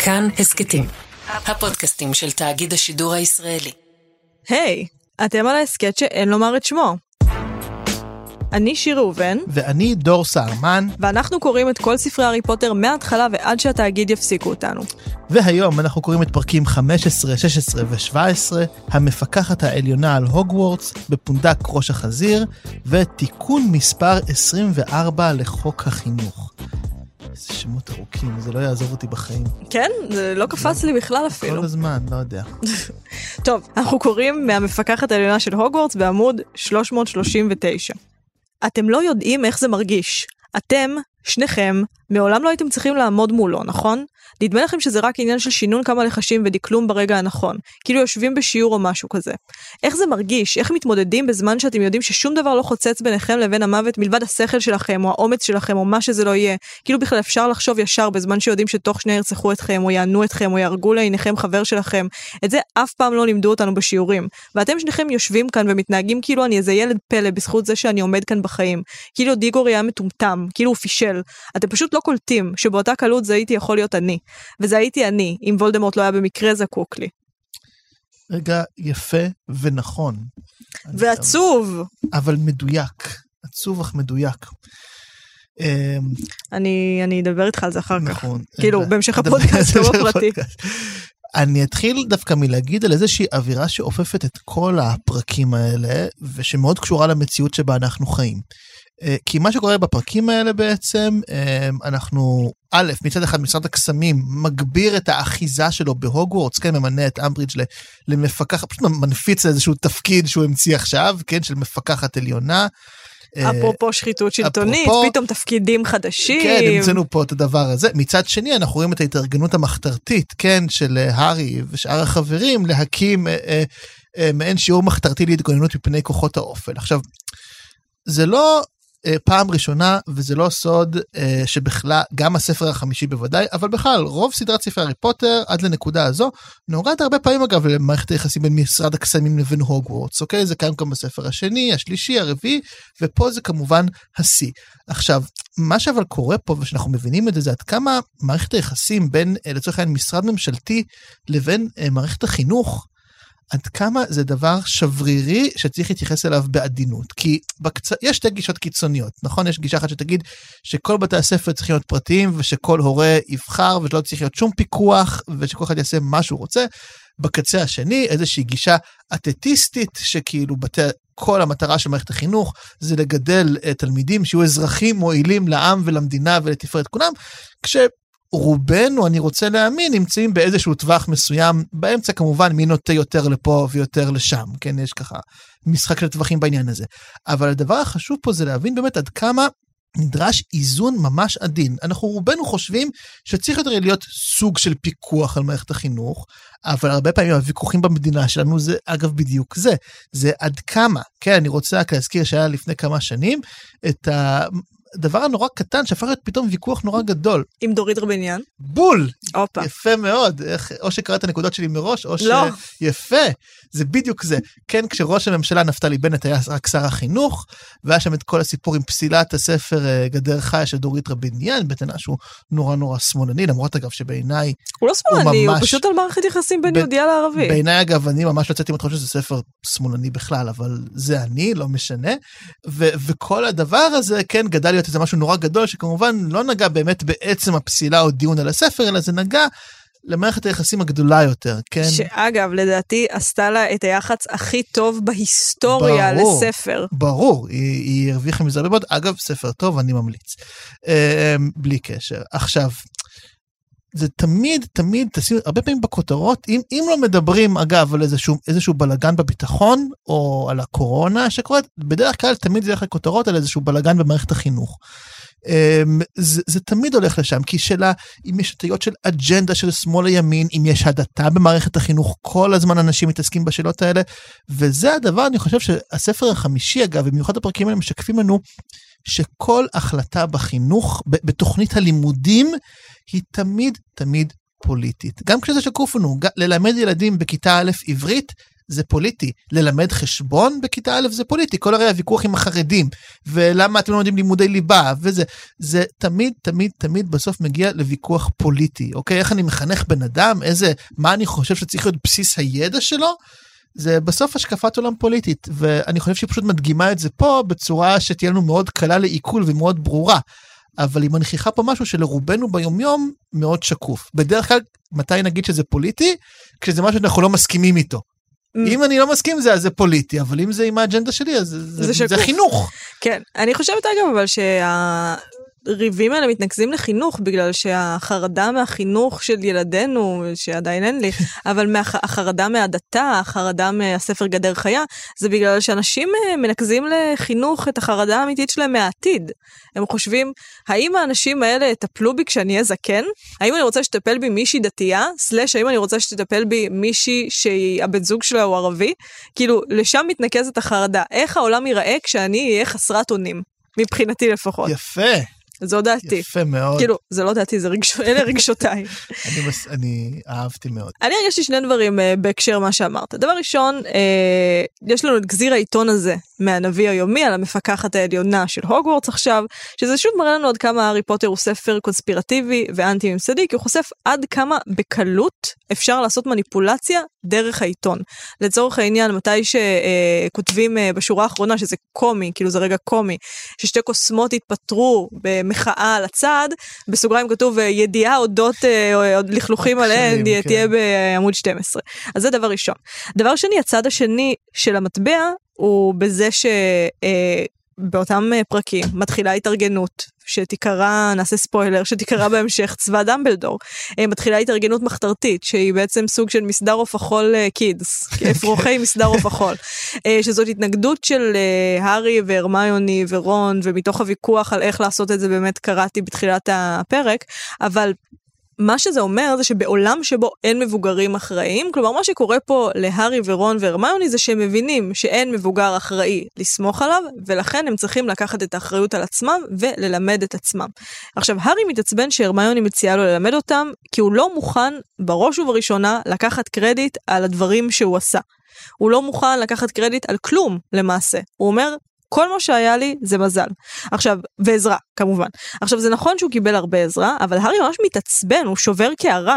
כאן הסקטים, הפודקאסטים של תאגיד השידור הישראלי. היי, אתם על ההסקט שאין לומר את שמו. אני שיר ראובן. ואני דור סהרמן. ואנחנו קוראים את כל ספרי הארי פוטר מההתחלה ועד שהתאגיד יפסיקו אותנו. והיום אנחנו קוראים את פרקים 15, 16 ו-17, המפקחת העליונה על הוגוורטס, בפונדק ראש החזיר, ותיקון מספר 24 לחוק החינוך. איזה שמות ארוכים, זה לא יעזוב אותי בחיים. כן? זה לא קפץ לי בכלל אפילו. כל הזמן, לא יודע. טוב, אנחנו קוראים מהמפקחת העליונה של הוגוורטס בעמוד 339. אתם לא יודעים איך זה מרגיש. אתם, שניכם, מעולם לא הייתם צריכים לעמוד מולו, נכון? נדמה לכם שזה רק עניין של שינון כמה לחשים ודקלום ברגע הנכון. כאילו יושבים בשיעור או משהו כזה. איך זה מרגיש? איך מתמודדים בזמן שאתם יודעים ששום דבר לא חוצץ ביניכם לבין המוות מלבד השכל שלכם או האומץ שלכם או מה שזה לא יהיה? כאילו בכלל אפשר לחשוב ישר בזמן שיודעים שתוך שני ירצחו אתכם או יענו אתכם או יהרגו לעיניכם חבר שלכם. את זה אף פעם לא לימדו אותנו בשיעורים. ואתם שניכם יושבים כאן ומתנהגים כאילו אני איזה ילד פלא בזכות זה שאני עומד כאן בחיים. כאילו דיגור היה מטומטם, כאילו הוא פישל. אתם פשוט לא קולטים שבאותה קלות זה הייתי יכול להיות אני. וזה הייתי אני, אם וולדמורט לא היה במקרה זקוק לי. רגע יפה ונכון. ועצוב. אבל מדויק. עצוב אך מדויק. אני אדבר איתך על זה אחר כך. נכון. כאילו, בהמשך הפודקאסט, לא בפרטי. אני אתחיל דווקא מלהגיד על איזושהי אווירה שאופפת את כל הפרקים האלה, ושמאוד קשורה למציאות שבה אנחנו חיים. כי מה שקורה בפרקים האלה בעצם, אנחנו, א', מצד אחד משרד הקסמים מגביר את האחיזה שלו בהוגוורטס, כן, ממנה את אמברידג' למפקח, פשוט מנפיץ איזשהו תפקיד שהוא המציא עכשיו, כן, של מפקחת עליונה. אפרופו שחיתות שלטונית, פתאום תפקידים חדשים. כן, נמצאנו פה את הדבר הזה. מצד שני, אנחנו רואים את ההתארגנות המחתרתית, כן, של הארי ושאר החברים, להקים מעין שיעור מחתרתי להתגוננות מפני כוחות האופל. עכשיו, זה לא פעם ראשונה, וזה לא סוד שבכלל, גם הספר החמישי בוודאי, אבל בכלל, רוב סדרת ספרי הארי פוטר, עד לנקודה הזו, נוגעת הרבה פעמים אגב, למערכת היחסים בין משרד הקסמים לבין הוגוורטס, אוקיי? זה קיים גם בספר השני, השלישי, הרביעי, ופה זה כמובן השיא. עכשיו, מה שאבל קורה פה, ושאנחנו מבינים את זה, זה עד כמה מערכת היחסים בין, לצורך העניין, משרד ממשלתי, לבין מערכת החינוך, עד כמה זה דבר שברירי שצריך להתייחס אליו בעדינות, כי יש שתי גישות קיצוניות, נכון? יש גישה אחת שתגיד שכל בתי הספר צריכים להיות פרטיים, ושכל הורה יבחר, ושלא צריך להיות שום פיקוח, ושכל אחד יעשה מה שהוא רוצה. בקצה השני, איזושהי גישה אתטיסטית, שכאילו כל המטרה של מערכת החינוך, זה לגדל תלמידים שיהיו אזרחים מועילים לעם ולמדינה ולתפארת כולם, רובנו, אני רוצה להאמין, נמצאים באיזשהו טווח מסוים, באמצע כמובן מי נוטה יותר לפה ויותר לשם, כן, יש ככה משחק של טווחים בעניין הזה. אבל הדבר החשוב פה זה להבין באמת עד כמה נדרש איזון ממש עדין. אנחנו רובנו חושבים שצריך יותר להיות סוג של פיקוח על מערכת החינוך, אבל הרבה פעמים הוויכוחים במדינה שלנו זה אגב בדיוק זה עד כמה, כן, אני רוצה רק להזכיר שהיה לפני כמה שנים את הדבר הנורא קטן, שהפך להיות פתאום ויכוח נורא גדול. עם דורית רבניאן? בול! אופה. יפה מאוד. או שקראת הנקודות שלי מראש, או לא. יפה. זה בדיוק זה. כן, כשראש הממשלה נפתלי בנט היה רק שר החינוך, והיה שם את כל הסיפור עם פסילת הספר גדר חיה של דורית רבניאן, בטענה שהוא נורא נורא שמאלני, למרות אגב שבעיניי הוא לא שמאלני, הוא פשוט על מערכת יחסים בין יהודיה לערבי. בעיניי אגב, אני ממש לא יצאתי מתחוש שזה ספר שמאלני בכלל, אבל זה אני, לא משנה. וכל הדבר הזה, כן, גדל להיות איזה משהו נורא גדול, שכמובן לא נגע באמת בעצם הפסילה או דיון על הספר, אלא זה נגע למערכת היחסים הגדולה יותר, כן? שאגב, לדעתי, עשתה לה את היחס הכי טוב בהיסטוריה לספר. ברור, היא הרוויחה מזה הרבה מאוד. אגב, ספר טוב, אני ממליץ. בלי קשר. עכשיו, זה תמיד, תשים, הרבה פעמים בכותרות, אם לא מדברים, אגב, על איזשהו בלגן בביטחון, או על הקורונה שקורית, בדרך כלל תמיד זה הולך לכותרות על איזשהו בלגן במערכת החינוך. זה תמיד הולך לשם, כי אם יש הטיות של אג'נדה של שמאל הימין, אם יש הדתה במערכת החינוך, כל הזמן אנשים מתעסקים בשאלות האלה, וזה הדבר, אני חושב שהספר החמישי, אגב, במיוחד הפרקים האלה משקפים לנו, שכל החלטה בחינוך, בתוכנית הלימודים, היא תמיד פוליטית. גם כשזה שקוף לנו, ללמד ילדים בכיתה א' עברית, זה פוליטי. ללמד חשבון בכיתה א' זה פוליטי. כל הרי הוויכוח עם החרדים, ולמה אתם לא לומדים לימודי ליבה, וזה. זה תמיד, תמיד, תמיד בסוף מגיע לוויכוח פוליטי. אוקיי? איך אני מחנך בן אדם? מה אני חושב שצריך להיות בסיס הידע שלו? זה בסוף השקפת עולם פוליטית, ואני חושב שהיא פשוט מדגימה את זה פה, בצורה שתהיה לנו מאוד קלה לעיכול ומאוד ברורה. אבל היא מנכיחה פה משהו שלרובנו ביומיום מאוד שקוף. בדרך כלל, מתי נגיד שזה פוליטי? כשזה משהו שאנחנו לא מסכימים איתו. אם אני לא מסכים זה, אז זה פוליטי, אבל אם זה עם האג'נדה שלי, אז זה חינוך. כן, אני חושבת אגב, אבל ריבים האלה מתנקזים לחינוך, בגלל שהחרדה מהחינוך של ילדינו, שעדיין אין לי, אבל החרדה מהדתה, החרדה מהספר גדר חיה, זה בגלל שאנשים מנקזים לחינוך את החרדה האמיתית שלהם מהעתיד. הם חושבים, האם האנשים האלה יטפלו בי כשאני אהיה זקן? האם אני רוצה שתטפל בי מישהי דתייה? סלש, האם אני רוצה שתטפל בי מישהי שהבן זוג שלה הוא ערבי? כאילו, לשם מתנקזת החרדה. איך העולם ייראה כשאני אהיה חסרת אונים? מבחינתי לפחות. יפה. זו דעתי. יפה מאוד. כאילו, זה לא דעתי, אלה רגשותיי. אני אהבתי מאוד. אני הרגשתי שני דברים בהקשר מה שאמרת. דבר ראשון, יש לנו את גזיר העיתון הזה מהנביא היומי על המפקחת העליונה של הוגוורטס עכשיו, שזה שוב מראה לנו עד כמה הארי פוטר הוא ספר קונספירטיבי ואנטי-ממסדי, כי הוא חושף עד כמה בקלות אפשר לעשות מניפולציה דרך העיתון. לצורך העניין, מתי שכותבים בשורה האחרונה, שזה קומי, כאילו זה רגע קומי, ששתי קוסמות התפטרו במחאה על הצד, בסוגריים כתוב ידיעה אודות לכלוכים עליהן, תהיה בעמוד 12. אז זה דבר ראשון. דבר שני, הצד השני של המטבע, הוא בזה שבאותם פרקים מתחילה התארגנות, שתקרא, נעשה ספוילר, שתקרא בהמשך צבא דמבלדור, מתחילה התארגנות מחתרתית, שהיא בעצם סוג של מסדר עוף החול קידס, אפרוחי מסדר עוף החול, שזאת התנגדות של הארי והרמיוני ורון, ומתוך הוויכוח על איך לעשות את זה באמת קראתי בתחילת הפרק, אבל מה שזה אומר זה שבעולם שבו אין מבוגרים אחראיים, כלומר מה שקורה פה להארי ורון והרמיוני זה שהם מבינים שאין מבוגר אחראי לסמוך עליו, ולכן הם צריכים לקחת את האחריות על עצמם וללמד את עצמם. עכשיו, הארי מתעצבן שהרמיוני מציעה לו ללמד אותם, כי הוא לא מוכן בראש ובראשונה לקחת קרדיט על הדברים שהוא עשה. הוא לא מוכן לקחת קרדיט על כלום למעשה. הוא אומר, כל מה שהיה לי זה מזל. עכשיו, ועזרה, כמובן. עכשיו, זה נכון שהוא קיבל הרבה עזרה, אבל הארי ממש מתעצבן, הוא שובר קערה.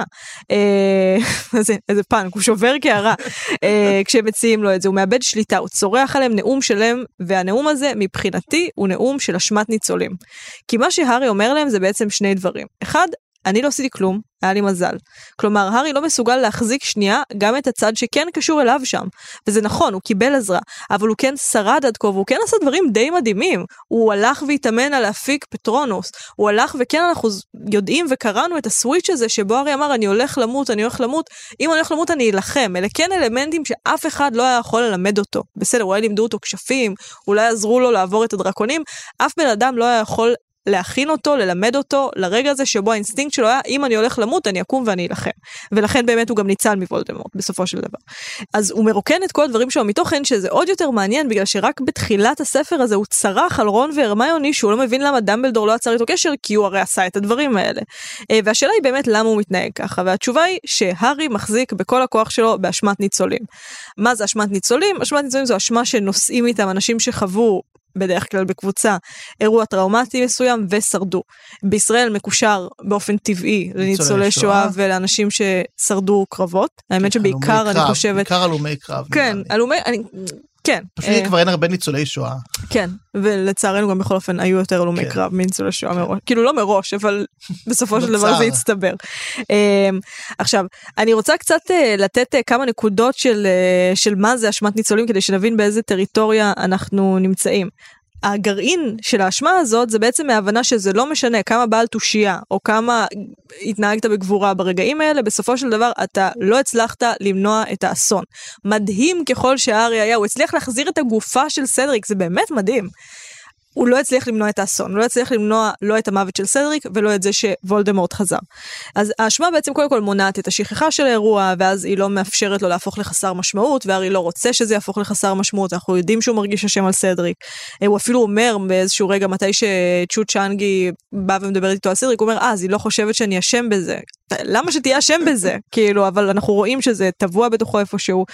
איזה פאנק, הוא שובר קערה. כשהם מציעים לו את זה, הוא מאבד שליטה, הוא צורח עליהם נאום שלם, והנאום הזה, מבחינתי, הוא נאום של אשמת ניצולים. כי מה שהארי אומר להם זה בעצם שני דברים. אחד, אני לא עשיתי כלום, היה לי מזל. כלומר, הארי לא מסוגל להחזיק שנייה גם את הצד שכן קשור אליו שם. וזה נכון, הוא קיבל עזרה, אבל הוא כן שרד עד כה, והוא כן עשה דברים די מדהימים. הוא הלך והתאמן על להפיק פטרונוס. הוא הלך וכן אנחנו יודעים וקראנו את הסוויץ' הזה, שבו הארי אמר, אני הולך למות, אני הולך למות. אם אני הולך למות, אני אלחם. אלה כן אלמנטים שאף אחד לא היה יכול ללמד אותו. בסדר, אולי לימדו אותו כשפים, אולי עזרו לו לעבור את הדרקונים. אף בן אדם לא היה יכול להכין אותו, ללמד אותו, לרגע הזה שבו האינסטינקט שלו היה, אם אני הולך למות, אני אקום ואני אלחם. ולכן באמת הוא גם ניצל מוולדמורט, בסופו של דבר. אז הוא מרוקן את כל הדברים שלו מתוכן, שזה עוד יותר מעניין, בגלל שרק בתחילת הספר הזה, הוא צרח על רון והרמיוני, שהוא לא מבין למה דמבלדור לא עצר איתו קשר, כי הוא הרי עשה את הדברים האלה. והשאלה היא באמת למה הוא מתנהג ככה, והתשובה היא שהארי מחזיק בכל הכוח שלו באשמת ניצולים. מה זה אשמת ניצולים? אשמת ניצולים זו אשמה שנושאים איתם אנשים שחוו בדרך כלל בקבוצה, אירוע טראומטי מסוים ושרדו. בישראל מקושר באופן טבעי לניצולי שואה ולאנשים ששרדו קרבות. האמת שבעיקר אני חושבת... בעיקר הלומי קרב. כן, כן. פשוט כבר אין הרבה ניצולי שואה. כן, ולצערנו גם בכל אופן היו יותר הלומי קרב מניצולי שואה מראש. כאילו לא מראש, אבל בסופו של דבר זה יצטבר. עכשיו, אני רוצה קצת לתת כמה נקודות של מה זה אשמת ניצולים, כדי שנבין באיזה טריטוריה אנחנו נמצאים. הגרעין של האשמה הזאת זה בעצם מההבנה שזה לא משנה כמה בעל תושייה או כמה התנהגת בגבורה ברגעים האלה, בסופו של דבר אתה לא הצלחת למנוע את האסון. מדהים ככל שהארי היה, הוא הצליח להחזיר את הגופה של סדריק, זה באמת מדהים. הוא לא הצליח למנוע את האסון, הוא לא הצליח למנוע לא את המוות של סדריק ולא את זה שוולדמורט חזר. אז האשמה בעצם קודם כל מונעת את השכחה של האירוע, ואז היא לא מאפשרת לו להפוך לחסר משמעות, והארי לא רוצה שזה יהפוך לחסר משמעות, אנחנו יודעים שהוא מרגיש השם על סדריק. הוא אפילו אומר באיזשהו רגע, מתי שצ'ו צ'אנגי בא ומדבר איתו על סדריק, הוא אומר, אז היא לא חושבת שאני אשם בזה. למה שתהיה אשם בזה? כאילו, אבל אנחנו רואים שזה טבוע בתוכו איפשהו,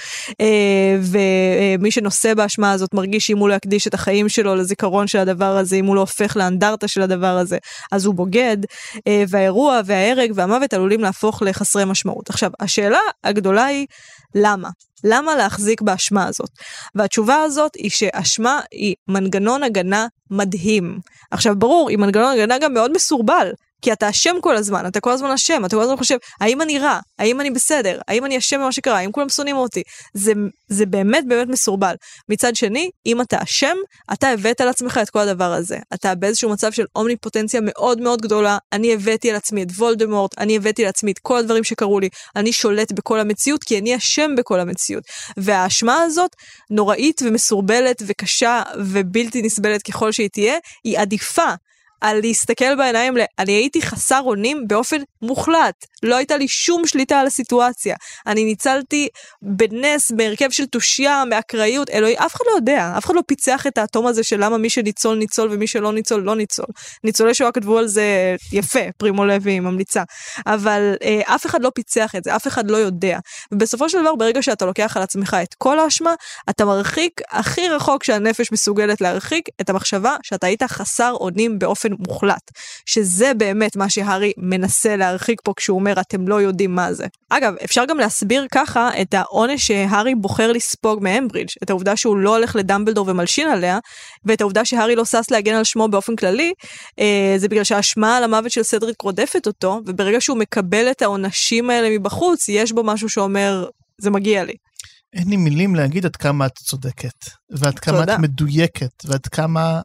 ומי שנושא באשמה הזאת מרגיש שאם הוא לא יקדיש את החיים שלו לזיכרון של הדבר הזה, אם הוא לא הופך לאנדרטה של הדבר הזה, אז הוא בוגד, והאירוע וההרג והמוות עלולים להפוך לחסרי משמעות. עכשיו, השאלה הגדולה היא, למה? למה להחזיק באשמה הזאת? והתשובה הזאת היא שאשמה היא מנגנון הגנה מדהים. עכשיו ברור, היא מנגנון הגנה גם מאוד מסורבל, כי אתה אשם כל הזמן, אתה כל הזמן אשם, אתה כל הזמן חושב, האם אני רע? האם אני בסדר? האם אני אשם במה שקרה? האם כולם שונאים אותי? זה באמת באמת מסורבל. מצד שני, אם אתה אשם, אתה הבאת על עצמך את כל הדבר הזה. אתה באיזשהו מצב של אומניפוטנציה מאוד מאוד גדולה, אני הבאתי על עצמי את וולדמורט, אני הבאתי על עצמי את כל הדברים שקרו לי, אני שולט בכל המציאות, כי אני אשם בכל המציאות. והאשמה הזאת, נוראית ומסורבלת וקשה ובלתי נסבלת ככל שהיא תהיה, היא עדיפה על להסתכל בעיניים, אני הייתי חסר אונים באופן מוחלט, לא הייתה לי שום שליטה על הסיטואציה, אני ניצלתי בנס, בהרכב של תושיה, מאקראיות, אלוהי, אף אחד לא יודע, אף אחד לא פיצח את האטום הזה של למה מי שניצול ניצול ומי שלא ניצול לא ניצול. ניצולי שואה כתבו על זה יפה, פרימו לוי ממליצה, אבל אף אחד לא פיצח את זה, אף אחד לא יודע, ובסופו של דבר ברגע שאתה לוקח על עצמך את כל האשמה, אתה מרחיק הכי רחוק שהנפש מסוגלת להרחיק את המחשבה שאתה היית חסר אונים באופן מוחלט, שזה באמת מה שהארי מנסה להרחיק פה כשהוא אומר אתם לא יודעים מה זה. אגב, אפשר גם להסביר ככה את העונש שהארי בוחר לספוג מאמברידג', את העובדה שהוא לא הולך לדמבלדור ומלשין עליה, ואת העובדה שהארי לא סס להגן על שמו באופן כללי, זה בגלל שהאשמה על המוות של סדריק רודפת אותו, וברגע שהוא מקבל את העונשים האלה מבחוץ, יש בו משהו שאומר זה מגיע לי. אין לי מילים להגיד עד כמה את צודקת, ועד כמה את מדויקת, ועד כמה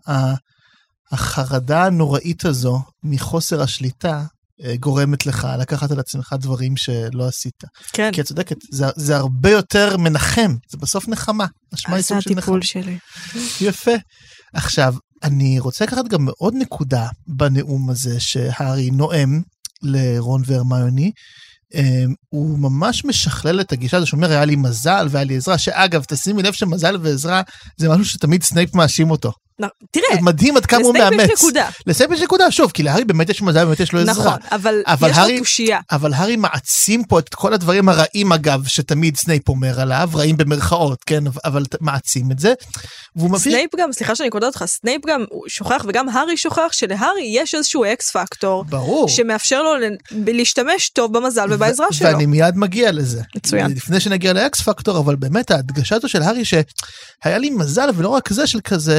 החרדה הנוראית הזו מחוסר השליטה גורמת לך לקחת על עצמך דברים שלא עשית. כן. כי את צודקת, זה הרבה יותר מנחם, זה בסוף נחמה. זה הטיפול שלי. יפה. עכשיו, אני רוצה לקחת גם מאוד נקודה בנאום הזה שהארי נואם לרון והרמיוני, הוא ממש משכלל את הגישה הזו, שאומר, היה לי מזל והיה לי עזרה, שאגב, תשימי לב שמזל ועזרה זה משהו שתמיד סנייפ מאשים אותו. תראה, מדהים עד כמה הוא מאמץ. לסנייפ יש נקודה. לסנייפ יש נקודה, שוב, כי להארי באמת יש מזל ובאמת יש לו עזרה. נכון, אבל יש לו תושייה. אבל הארי מעצים פה את כל הדברים הרעים, אגב, שתמיד סנייפ אומר עליו, רעים במרכאות, כן, אבל מעצים את זה. סנייפ גם, סליחה שאני קודעת אותך, סנייפ גם שוכח, וגם הארי שוכח, שלהארי יש איזשהו אקס פקטור, ברור. שמאפשר לו להשתמש טוב במזל ובעזרה שלו. ואני מיד מגיע לזה. מצוין. לפני שנגיע לאקס פקטור, אבל באמת ההדגשה הזו של הארי שהיה לי מזל, ולא רק זה של כזה,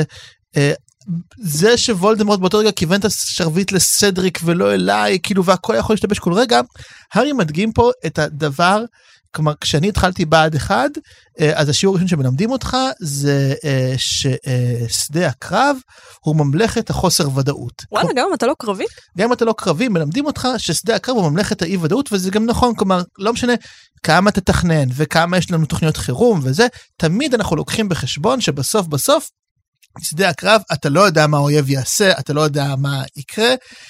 זה שוולדמורט באותו רגע כיוון את השרביט לסדריק ולא אליי, כאילו, והכל יכול להשתבש כל רגע. הארי מדגים פה את הדבר, כלומר, כשאני התחלתי בעד אחד, אז השיעור הראשון שמלמדים אותך, זה ששדה הקרב הוא ממלכת החוסר ודאות. וואלה, גם אם אתה לא קרבי? גם אם אתה לא קרבי, מלמדים אותך ששדה הקרב הוא ממלכת האי ודאות, וזה גם נכון, כלומר, לא משנה כמה תתכנן, וכמה יש לנו תוכניות חירום, וזה, תמיד אנחנו לוקחים בחשבון שבסוף בסוף, שדה הקרב, אתה לא יודע מה האויב יעשה, אתה לא יודע מה יקרה,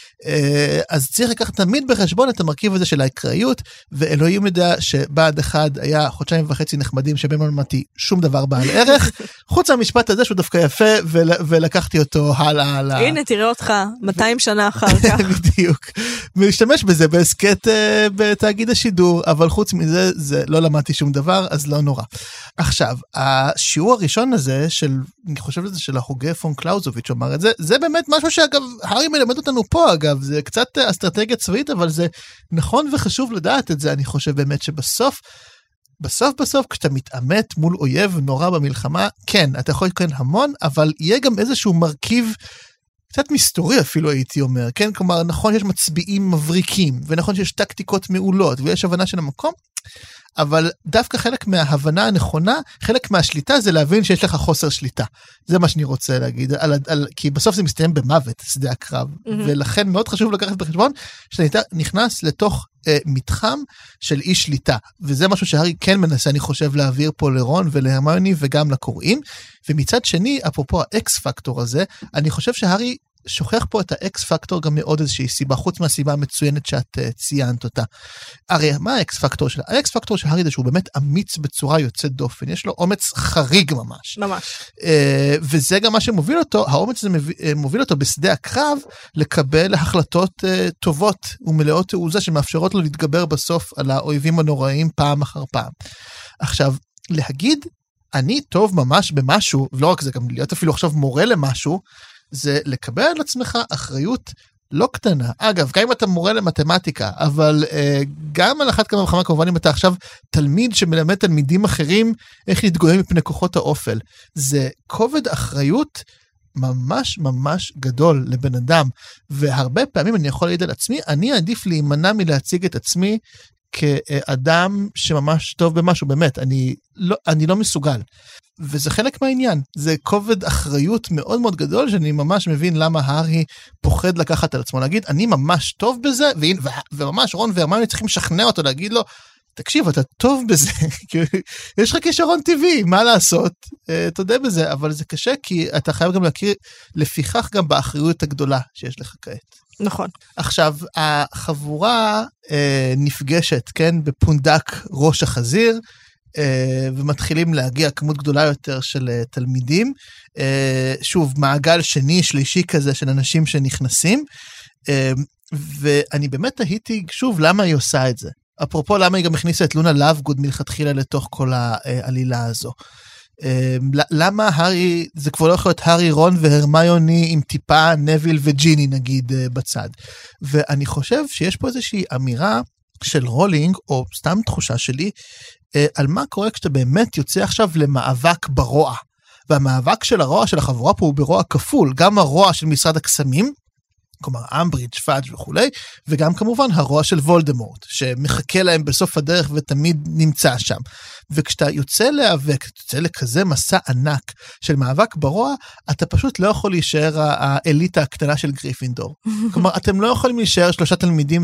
אז צריך לקחת תמיד בחשבון את המרכיב הזה של האקראיות, ואלוהים יודע שבעד אחד היה 2.5 חודשים נחמדים שבהם לא למדתי שום דבר בעל ערך, חוץ מהמשפט הזה שהוא דווקא יפה, ולקחתי אותו הלאה. הנה תראה אותך 200 שנה אחר כך. בדיוק, ולהשתמש בזה בהסקט בתאגיד השידור, אבל חוץ מזה לא למדתי שום דבר, אז לא נורא. עכשיו, השיעור הראשון הזה אני חושב לזה של ההוגה פון קלאוזוביץ' אומר את זה, זה באמת משהו שאגב, הארי מלמד אותנו פה אגב, זה קצת אסטרטגיה צבאית, אבל זה נכון וחשוב לדעת את זה, אני חושב באמת שבסוף, כשאתה מתעמת מול אויב נורא במלחמה, כן, אתה יכול לקרוא המון, אבל יהיה גם איזשהו מרכיב, קצת מסתורי אפילו הייתי אומר, כן, כלומר, נכון שיש מצביעים מבריקים, ונכון שיש טקטיקות מעולות, ויש הבנה של המקום, אבל דווקא חלק מההבנה הנכונה, חלק מהשליטה זה להבין שיש לך חוסר שליטה. זה מה שאני רוצה להגיד, כי בסוף זה מסתיים במוות, שדה הקרב, ולכן מאוד חשוב לקחת בחשבון, שאתה נכנס לתוך מתחם של אי שליטה, וזה משהו שהארי כן מנסה, אני חושב, להעביר פה לרון ולהרמיוני וגם לקוראים, ומצד שני, אפרופו האקס פקטור הזה, אני חושב שהארי שוכח פה את האקס פקטור גם מעוד איזושהי סיבה, חוץ מהסיבה המצוינת שאת ציינת אותה. הרי מה האקס פקטור שלה? האקס פקטור של הארי זה שהוא באמת אמיץ בצורה יוצאת דופן, יש לו אומץ חריג ממש. ממש. וזה גם מה שמוביל אותו, האומץ הזה מוביל אותו בשדה הקרב, לקבל החלטות טובות ומלאות תעוזה, שמאפשרות לו להתגבר בסוף על האויבים הנוראים פעם אחר פעם. עכשיו, להגיד, אני טוב ממש במשהו, ולא רק זה, גם להיות אפילו עכשיו מורה למשהו, זה לקבל על עצמך אחריות לא קטנה. אגב, גם אם אתה מורה למתמטיקה, אבל גם על אחת כמה וכמה, כמובן אם אתה עכשיו תלמיד שמלמד תלמידים אחרים, איך להתגונן מפני כוחות האופל. זה כובד אחריות ממש ממש גדול לבן אדם, והרבה פעמים אני יכול להעיד על עצמי, אני עדיף להימנע מלהציג את עצמי, כאדם שממש טוב במשהו, באמת, אני לא מסוגל. וזה חלק מהעניין, זה כובד אחריות מאוד מאוד גדול, שאני ממש מבין למה הארי פוחד לקחת על עצמו, להגיד, אני ממש טוב בזה, וממש רון והרמיוני צריכים לשכנע אותו, להגיד לו, תקשיב, אתה טוב בזה, יש לך כישרון טבעי, מה לעשות? תודה בזה, אבל זה קשה, כי אתה חייב גם להכיר, לפיכך גם באחריות הגדולה שיש לך כעת. נכון. עכשיו, החבורה נפגשת, כן, בפונדק ראש החזיר, ומתחילים להגיע כמות גדולה יותר של תלמידים, שוב, מעגל שני, שלישי כזה של אנשים שנכנסים, ואני באמת תהיתי, שוב, למה היא עושה את זה? אפרופו, למה היא גם הכניסה את לונה לאבגוד מלכתחילה לתוך כל העלילה הזו? למה הארי, זה כבר לא יכול להיות הארי, רון והרמיוני עם טיפה נביל וג'יני נגיד בצד. ואני חושב שיש פה איזושהי אמירה של רולינג, או סתם תחושה שלי, על מה קורה כשאתה באמת יוצא עכשיו למאבק ברוע. והמאבק של הרוע של החבורה פה הוא ברוע כפול, גם הרוע של משרד הקסמים, כלומר אמברידג', פאג' וכולי, וגם כמובן הרוע של וולדמורט, שמחכה להם בסוף הדרך ותמיד נמצא שם. וכשאתה יוצא להיאבק, יוצא לכזה מסע ענק של מאבק ברוע, אתה פשוט לא יכול להישאר האליטה הקטנה של גריפינדור. כלומר, אתם לא יכולים להישאר 3 תלמידים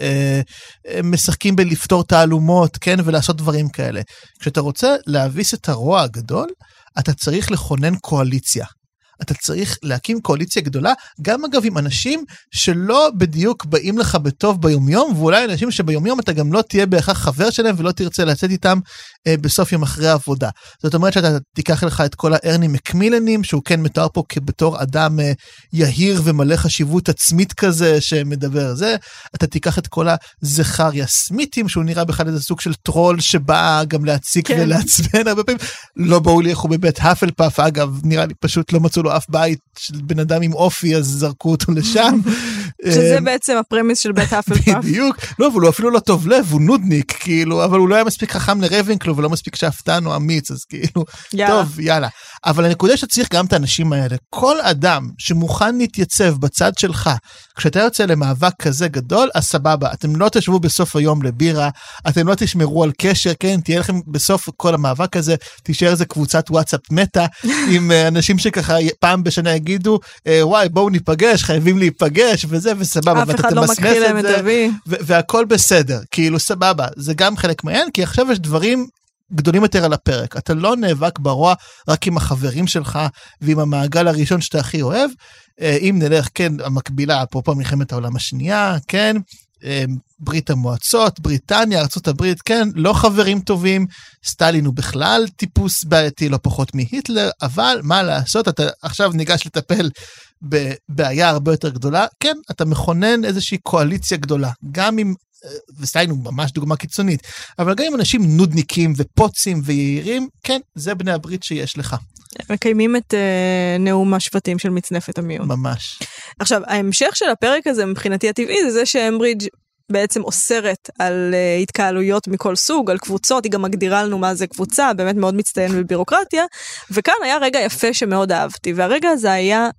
שמשחקים בלפתור תעלומות, כן, ולעשות דברים כאלה. כשאתה רוצה להביס את הרוע הגדול, אתה צריך לכונן קואליציה. אתה צריך להקים קואליציה גדולה, גם אגב עם אנשים שלא בדיוק באים לך בטוב ביומיום, ואולי אנשים שביומיום אתה גם לא תהיה בהכרח חבר שלהם, ולא תרצה לצאת איתם בסוף יום אחרי העבודה. זאת אומרת שאתה תיקח לך את כל הארני מקמילנים, שהוא כן מתואר פה בתור אדם יהיר ומלא חשיבות עצמית כזה, שמדבר זה, אתה תיקח את כל הזכריה סמיתים, שהוא נראה בכלל איזה סוג של טרול, שבא גם להציק כן. ולעצבן הרבה פעמים, לא באו לי איך הוא בבית האפלפאף, אגב, נראה לי פשוט לא מצאו לו אף בית של בן אדם עם אופי, אז זרקו אותו לשם. שזה בעצם הפרמיס של בית האפלפאף. בדיוק, לא, אבל הוא אפילו לא טוב לב, הוא נודניק, כאילו, אבל הוא לא היה מספיק חכם לרייבנקלו, ולא מספיק שאפתן או אמיץ, אז כאילו, טוב, יאללה. אבל הנקודה שצריך גם את האנשים האלה, כל אדם שמוכן להתייצב בצד שלך, כשאתה יוצא למאבק כזה גדול, אז סבבה, אתם לא תשבו בסוף היום לבירה, אתם לא תשמרו על קשר, כן, תהיה לכם בסוף כל המאבק הזה, תישאר איזה קבוצת וואטסאפ מטה, עם אנשים שככה פעם בשנה יגידו, וואי, בואו ניפגש, חייבים להיפגש, וזה וסבבה, אף אחד לא מקריא להם את אבי. והכל בסדר, כאילו סבבה, זה גם חלק מהן, כי עכשיו יש דברים גדולים יותר על הפרק, אתה לא נאבק ברוע רק עם החברים שלך, ועם המעגל הראשון שאתה הכי אוהב, אם נלך, כן, המקבילה, אפרופו מלחמת העולם השנייה, כן, ברית המועצות, בריטניה, ארצות הברית, כן, לא חברים טובים, סטלין הוא בכלל טיפוס בעייתי, לא פחות מהיטלר, אבל מה לעשות, אתה עכשיו ניגש לטפל בבעיה הרבה יותר גדולה, כן, אתה מכונן איזושהי קואליציה גדולה, גם עם, וסטלין הוא ממש דוגמה קיצונית, אבל גם עם אנשים נודניקים ופוצים ויעירים, כן, זה בני הברית שיש לך. מקיימים את נאום השבטים של מצנפת המיון. ממש. עכשיו, ההמשך של הפרק הזה מבחינתי הטבעי, זה שאמברידג' בעצם אוסרת על התקהלויות מכל סוג, על קבוצות, היא גם מגדירה לנו מה זה קבוצה, באמת מאוד מצטיין בבירוקרטיה, וכאן היה רגע יפה שמאוד אהבתי, והרגע הזה היה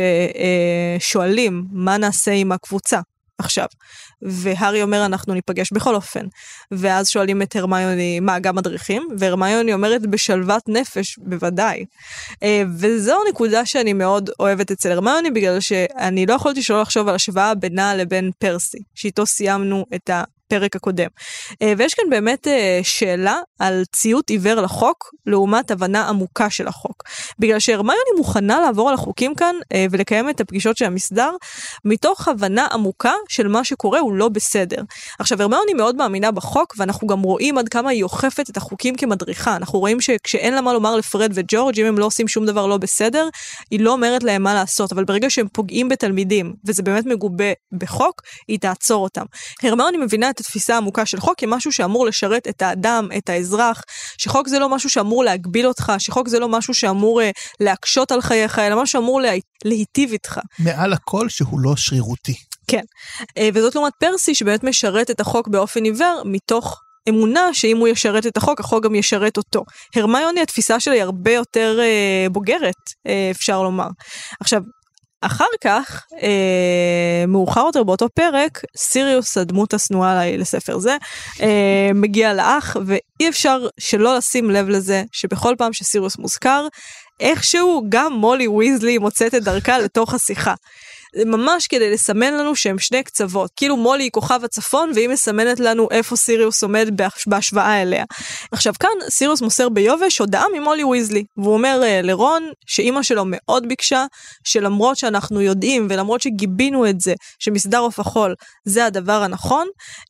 ששואלים מה נעשה עם הקבוצה עכשיו, והרי אומר אנחנו ניפגש בכל אופן, ואז שואלים את הרמיוני מה גם מדריכים, והרמיוני אומרת בשלוות נפש בוודאי, וזו נקודה שאני מאוד אוהבת אצל הרמיוני, בגלל שאני לא יכולתי שלא לחשוב על השוואה בינה לבין פרסי, שאיתו סיימנו את בפרק הקודם. ויש כאן באמת שאלה על ציות עיוור לחוק, לעומת הבנה עמוקה של החוק. בגלל שהרמיוני מוכנה לעבור על החוקים כאן, ולקיים את הפגישות של המסדר, מתוך הבנה עמוקה של מה שקורה הוא לא בסדר. עכשיו, הרמיוני מאוד מאמינה בחוק, ואנחנו גם רואים עד כמה היא אוכפת את החוקים כמדריכה. אנחנו רואים שכשאין לה מה לומר לפרד וג'ורג', אם הם לא עושים שום דבר לא בסדר, היא לא אומרת להם מה לעשות, אבל ברגע שהם פוגעים בתלמידים, וזה באמת מגובה בחוק, היא תעצור אותם. הרמיוני מבינה את התפיסה העמוקה של חוק כמשהו שאמור לשרת את האדם, את האזרח, שחוק זה לא משהו שאמור להגביל אותך, שחוק זה לא משהו שאמור להקשות על חייך, אלא משהו שאמור להיטיב איתך. מעל הכל שהוא לא שרירותי. כן, וזאת לעומת פרסי שבאמת משרת את החוק באופן עיוור, מתוך אמונה שאם הוא ישרת את החוק, החוק גם ישרת אותו. הרמיוני, התפיסה שלה היא הרבה יותר בוגרת, אפשר לומר. עכשיו, אחר כך, מאוחר יותר באותו פרק, סיריוס, הדמות הסנועה לספר זה, מגיע לאח, ואי אפשר שלא לשים לב לזה, שבכל פעם שסיריוס מוזכר, איכשהו גם מולי ויזלי מוצאת את דרכה לתוך השיחה. זה ממש כדי לסמן לנו שהם שני קצוות. כאילו מולי היא כוכב הצפון, והיא מסמנת לנו איפה סיריוס עומד בהשוואה אליה. עכשיו כאן סיריוס מוסר ביובש הודעה ממולי ויזלי, והוא אומר לרון שאימא שלו מאוד ביקשה, שלמרות שאנחנו יודעים, ולמרות שגיבינו את זה, שמסדר עוף החול זה הדבר הנכון,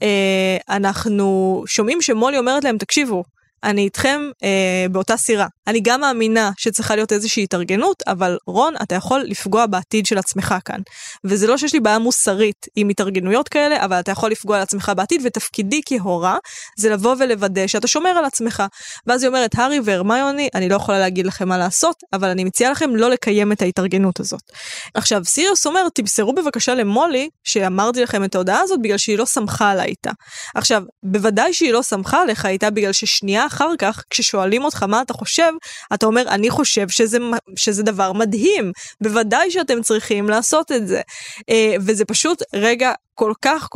אנחנו שומעים שמולי אומרת להם, תקשיבו, אני איתכם באותה סירה. אני גם מאמינה שצריכה להיות איזושהי התארגנות, אבל רון, אתה יכול לפגוע בעתיד של עצמך כאן. וזה לא שיש לי בעיה מוסרית עם התארגנויות כאלה, אבל אתה יכול לפגוע על עצמך בעתיד, ותפקידי כהורה זה לבוא ולוודא שאתה שומר על עצמך. ואז היא אומרת, הארי והרמיוני, אני לא יכולה להגיד לכם מה לעשות, אבל אני מציעה לכם לא לקיים את ההתארגנות הזאת. עכשיו, סיריוס אומר, תמסרו בבקשה למולי, שאמרתי לכם את ההודעה הזאת, בגלל שהיא לא שמחה עליי איתה. עכשיו, בוודאי שהיא לא שמחה עליך איתה, בגלל ששנייה אחר כך, כששואלים אותך מה אתה חושב, אתה אומר, אני חושב שזה דבר מדהים. בוודאי שאתם צריכים לעשות את זה. וזה פשוט רגע כל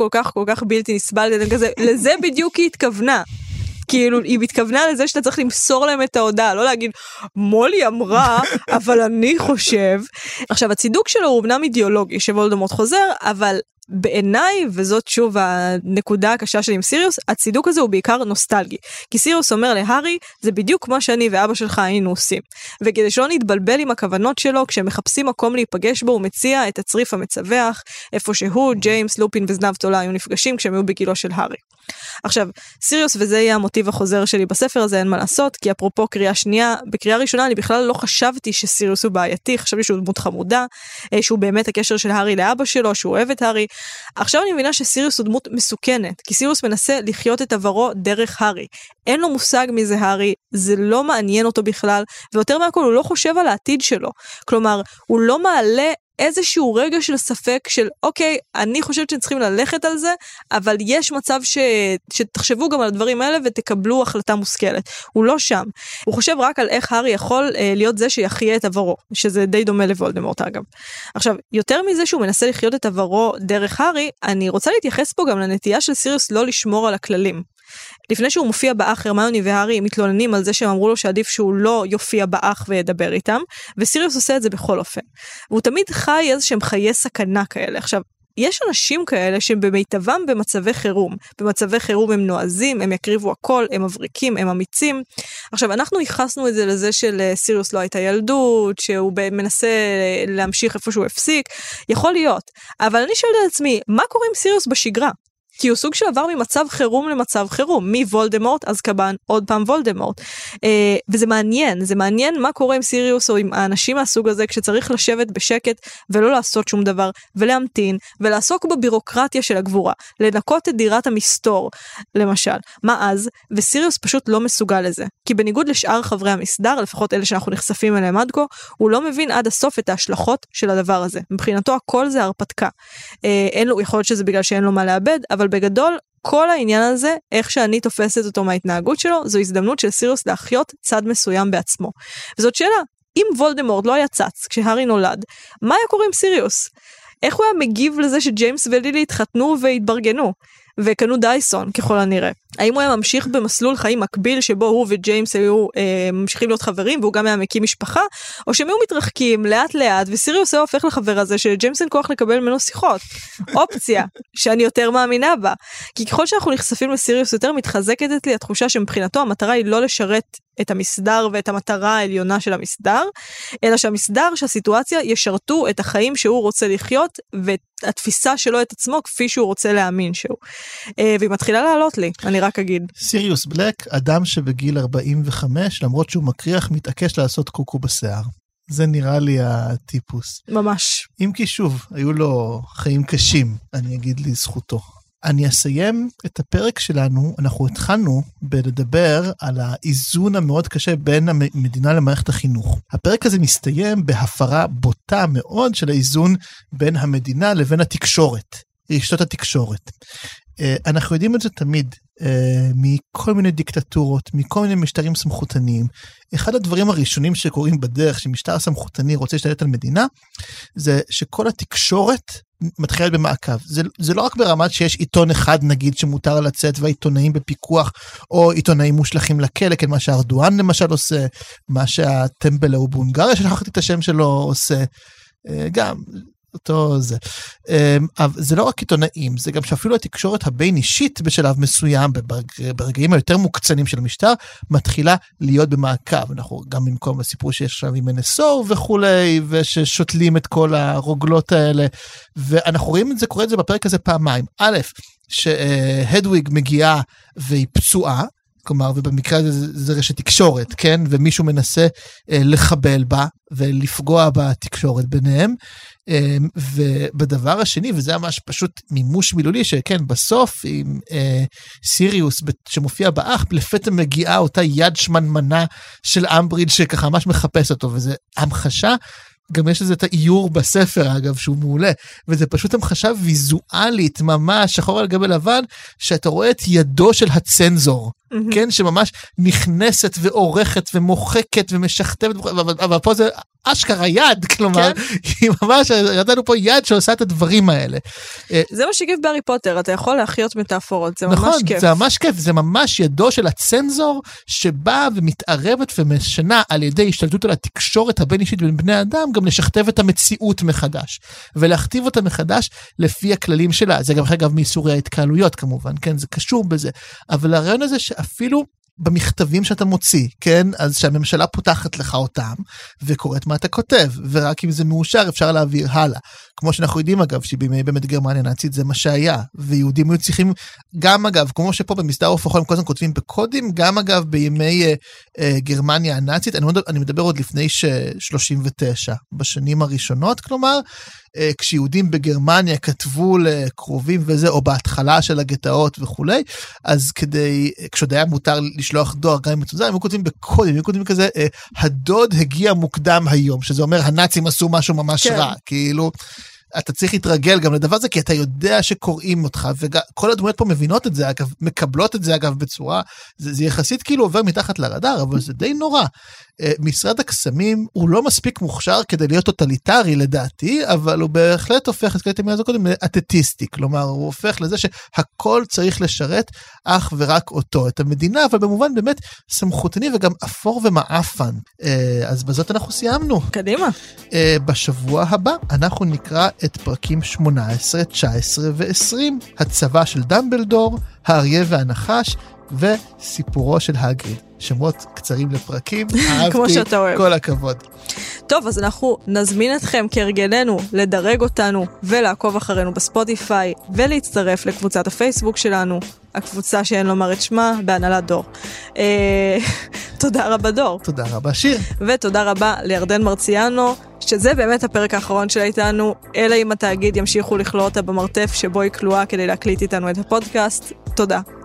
כך בלתי נסבל. לזה בדיוק היא התכוונה. כאילו, היא מתכוונה לזה שאתה צריך למסור להם את ההודעה, לא להגיד, מולי אמרה, אבל אני חושב. עכשיו, הצידוק שלו הוא אמנם אידיאולוגי, שוולדמורט חוזר, אבל בעיניי, וזאת שוב הנקודה הקשה שלי עם סיריוס, הצידוק הזה הוא בעיקר נוסטלגי. כי סיריוס אומר להרי, זה בדיוק מה שאני ואבא שלך היינו עושים. וכדי שלא נתבלבל עם הכוונות שלו, כשמחפשים מקום להיפגש בו, הוא מציע את הצריף המצווח, איפה שהוא, ג'יימס, לופין וזנב תולה היו נפגשים כשהם היו בגילו של הארי. עכשיו, סיריוס, וזה יהיה המוטיב החוזר שלי בספר הזה, אין מה לעשות, כי אפרופו קריאה שנייה, בקריאה ראשונה אני בכלל לא חשבתי שסיריוס הוא בעייתי, חשבתי שהוא דמות חמודה, שהוא באמת הקשר של הארי לאבא שלו, שהוא אוהב את הארי. עכשיו אני מבינה שסיריוס הוא דמות מסוכנת, כי סיריוס מנסה לחיות את עברו דרך הארי. אין לו מושג מזה הארי, זה לא מעניין אותו בכלל, ויותר מהכל הוא לא חושב על העתיד שלו. כלומר, הוא לא מעלה איזשהו רגע של ספק של, אוקיי, אני חושבת שצריכים ללכת על זה, אבל יש מצב שתחשבו גם על הדברים האלה ותקבלו החלטה מושכלת. הוא לא שם. הוא חושב רק על איך הארי יכול להיות זה שיחיה את עברו, שזה די דומה לוולדמורט אגב. עכשיו, יותר מזה שהוא מנסה לחיות את עברו דרך הארי, אני רוצה להתייחס פה גם לנטייה של סיריוס לא לשמור על הכללים. לפני שהוא מופיע באח, הרמיוני והארי מתלוננים על זה שהם אמרו לו שעדיף שהוא לא יופיע באח וידבר איתם, וסיריוס עושה את זה בכל אופן. והוא תמיד חי איזשהם חיי סכנה כאלה. עכשיו, יש אנשים כאלה שהם במיטבם במצבי חירום. במצבי חירום הם נועזים, הם יקריבו הכל, הם מבריקים, הם אמיצים. עכשיו, אנחנו ייחסנו את זה לזה של סיריוס לא הייתה ילדות, שהוא מנסה להמשיך איפה שהוא הפסיק. יכול להיות. אבל אני שואלת את עצמי, מה קורה עם סיריוס בשגרה? כי הוא סוג של עבר ממצב חירום למצב חירום, מוולדמורט, אזקבאן, עוד פעם וולדמורט. וזה מעניין, זה מעניין מה קורה עם סיריוס או עם האנשים מהסוג הזה, כשצריך לשבת בשקט ולא לעשות שום דבר, ולהמתין, ולעסוק בבירוקרטיה של הגבורה, לנקות את דירת המסתור, למשל. מה אז? וסיריוס פשוט לא מסוגל לזה. כי בניגוד לשאר חברי המסדר, לפחות אלה שאנחנו נחשפים אליהם עד כה, הוא לא מבין עד הסוף את ההשלכות של הדבר הזה. מבחינתו הכל זה הרפתקה. יכול להיות שזה בגלל שאין לו מה לאבד, אבל בגדול, כל העניין הזה, איך שאני תופסת אותו מההתנהגות שלו, זו הזדמנות של סיריוס להחיות צד מסוים בעצמו. וזאת שאלה, אם וולדמורט לא היה צץ כשהארי נולד, מה היה קורה עם סיריוס? איך הוא היה מגיב לזה שג'יימס ולילי התחתנו והתברגנו? וקנו דייסון, ככל הנראה. האם הוא היה ממשיך במסלול חיים מקביל שבו הוא וג'יימס היו ממשיכים להיות חברים והוא גם היה מקים משפחה, או שהם היו מתרחקים לאט לאט וסיריוס היה הופך לחבר הזה שלג'יימס אין כוח לקבל ממנו שיחות. אופציה שאני יותר מאמינה בה. כי ככל שאנחנו נחשפים לסיריוס יותר מתחזקת לי התחושה שמבחינתו המטרה היא לא לשרת את המסדר ואת המטרה העליונה של המסדר, אלא שהמסדר, שהסיטואציה ישרתו את החיים שהוא רוצה לחיות ואת התפיסה שלו את עצמו כפי שהוא רוצה להאמין שהוא. והיא מתחילה לעלות לי, אני רק אגיד. סיריוס בלק, אדם שבגיל 45, למרות שהוא מקריח, מתעקש לעשות קוקו בשיער. זה נראה לי הטיפוס. ממש. אם כי שוב, היו לו חיים קשים, אני אגיד לזכותו. אני אסיים את הפרק שלנו, אנחנו התחלנו בלדבר על האיזון המאוד קשה בין המדינה למערכת החינוך. הפרק הזה מסתיים בהפרה בוטה מאוד של האיזון בין המדינה לבין התקשורת, רשתות התקשורת. אנחנו יודעים את זה תמיד, מכל מיני דיקטטורות, מכל מיני משטרים סמכותניים. אחד הדברים הראשונים שקורים בדרך שמשטר סמכותני רוצה להשתלט על מדינה, זה שכל התקשורת מתחילה במעקב. זה לא רק ברמת שיש עיתון אחד נגיד שמותר לצאת והעיתונאים בפיקוח, או עיתונאים מושלכים לכלא, כן, מה שארדואן למשל עושה, מה שהטמבל הוא בהונגריה, ששכחתי את השם שלו עושה, גם אותו זה. אבל זה לא רק עיתונאים, זה גם שאפילו התקשורת הבין אישית בשלב מסוים, ברגעים היותר מוקצנים של המשטר, מתחילה להיות במעקב. אנחנו גם במקום הסיפור שיש שם עם NSO וכולי, וששותלים את כל הרוגלות האלה, ואנחנו רואים את זה, קורא את זה בפרק הזה פעמיים. א', שהדוויג מגיעה והיא פצועה, כלומר, ובמקרה הזה זה רשת תקשורת, כן? ומישהו מנסה לחבל בה ולפגוע בתקשורת ביניהם. ובדבר השני, וזה ממש פשוט מימוש מילולי, שכן, בסוף עם סיריוס שמופיע באח, לפתע מגיעה אותה יד שמנמנה של אמברידג' שככה ממש מחפש אותו, וזה המחשה, גם יש לזה את האיור בספר, אגב, שהוא מעולה, וזה פשוט המחשה ויזואלית, ממש שחור על גבי לבן, שאתה רואה את ידו של הצנזור, כן, שממש נכנסת ועורכת ומוחקת ומשכתבת, אבל פה זה אשכרה יד, כלומר, היא ממש, ידענו פה יד שעושה את הדברים האלה. זה מה שכיף בהארי פוטר, אתה יכול להחיות מטאפורות, זה ממש כיף. נכון, זה ממש כיף, זה ממש ידו של הצנזור, שבאה ומתערבת ומשנה על ידי השתלטות על התקשורת הבין אישית בין בני אדם, גם לשכתב את המציאות מחדש, ולהכתיב אותה מחדש לפי הכללים שלה. זה גם אגב מאיסורי ההתקהלויות כמובן, כן, זה קשור בזה. אבל הרעיון הזה שאפילו במכתבים שאתה מוציא, כן, אז שהממשלה פותחת לך אותם, וקוראת מה אתה כותב, ורק אם זה מאושר אפשר להעביר הלאה. כמו שאנחנו יודעים אגב, שבימי באמת גרמניה נאצית זה מה שהיה, ויהודים היו צריכים, גם אגב, כמו שפה במסדר עוף החול הם כל הזמן כותבים בקודים, גם אגב בימי גרמניה הנאצית, אני מדבר עוד לפני 39, בשנים הראשונות, כלומר, כשיהודים בגרמניה כתבו לקרובים וזה, או בהתחלה של הגטאות וכולי, אז כשעוד היה מותר לשלוח דואר גם עם מצונזר, הם היו כותבים בקודים, הם היו כותבים כזה, הדוד הגיע מוקדם היום, שזה אומר, הנאצים עשו משהו ממש רע, כאילו, אתה צריך להתרגל גם לדבר הזה, כי אתה יודע שקוראים אותך, וכל הדמויות פה מבינות את זה, אגב, מקבלות את זה, אגב, בצורה, זה יחסית כאילו עובר מתחת לרדאר, אבל זה די נורא. משרד הקסמים הוא לא מספיק מוכשר כדי להיות טוטליטרי לדעתי, אבל הוא בהחלט הופך, הזכרתי מאז קודם, לאתטיסטי, כלומר, הוא הופך לזה שהכל צריך לשרת אך ורק אותו, את המדינה, אבל במובן באמת סמכותני וגם אפור ומאפן. אז בזאת אנחנו סיימנו. קדימה. בשבוע הבא אנחנו נקרא את פרקים 18, 19 ו-20, הצבא של דמבלדור, האריה והנחש, וסיפורו של הגריד. שמות קצרים לפרקים, אהבתי, כל הכבוד. טוב, אז אנחנו נזמין אתכם כהרגלנו לדרג אותנו ולעקוב אחרינו בספוטיפיי, ולהצטרף לקבוצת הפייסבוק שלנו, הקבוצה שאין לומר את שמה, בהנהלת דור. תודה רבה דור. תודה רבה שיר. ותודה רבה לירדן מרציאנו, שזה באמת הפרק האחרון שלה איתנו, אלא אם התאגיד ימשיכו לכלוא אותה במרתף שבו היא כלואה כדי להקליט איתנו את הפודקאסט. תודה.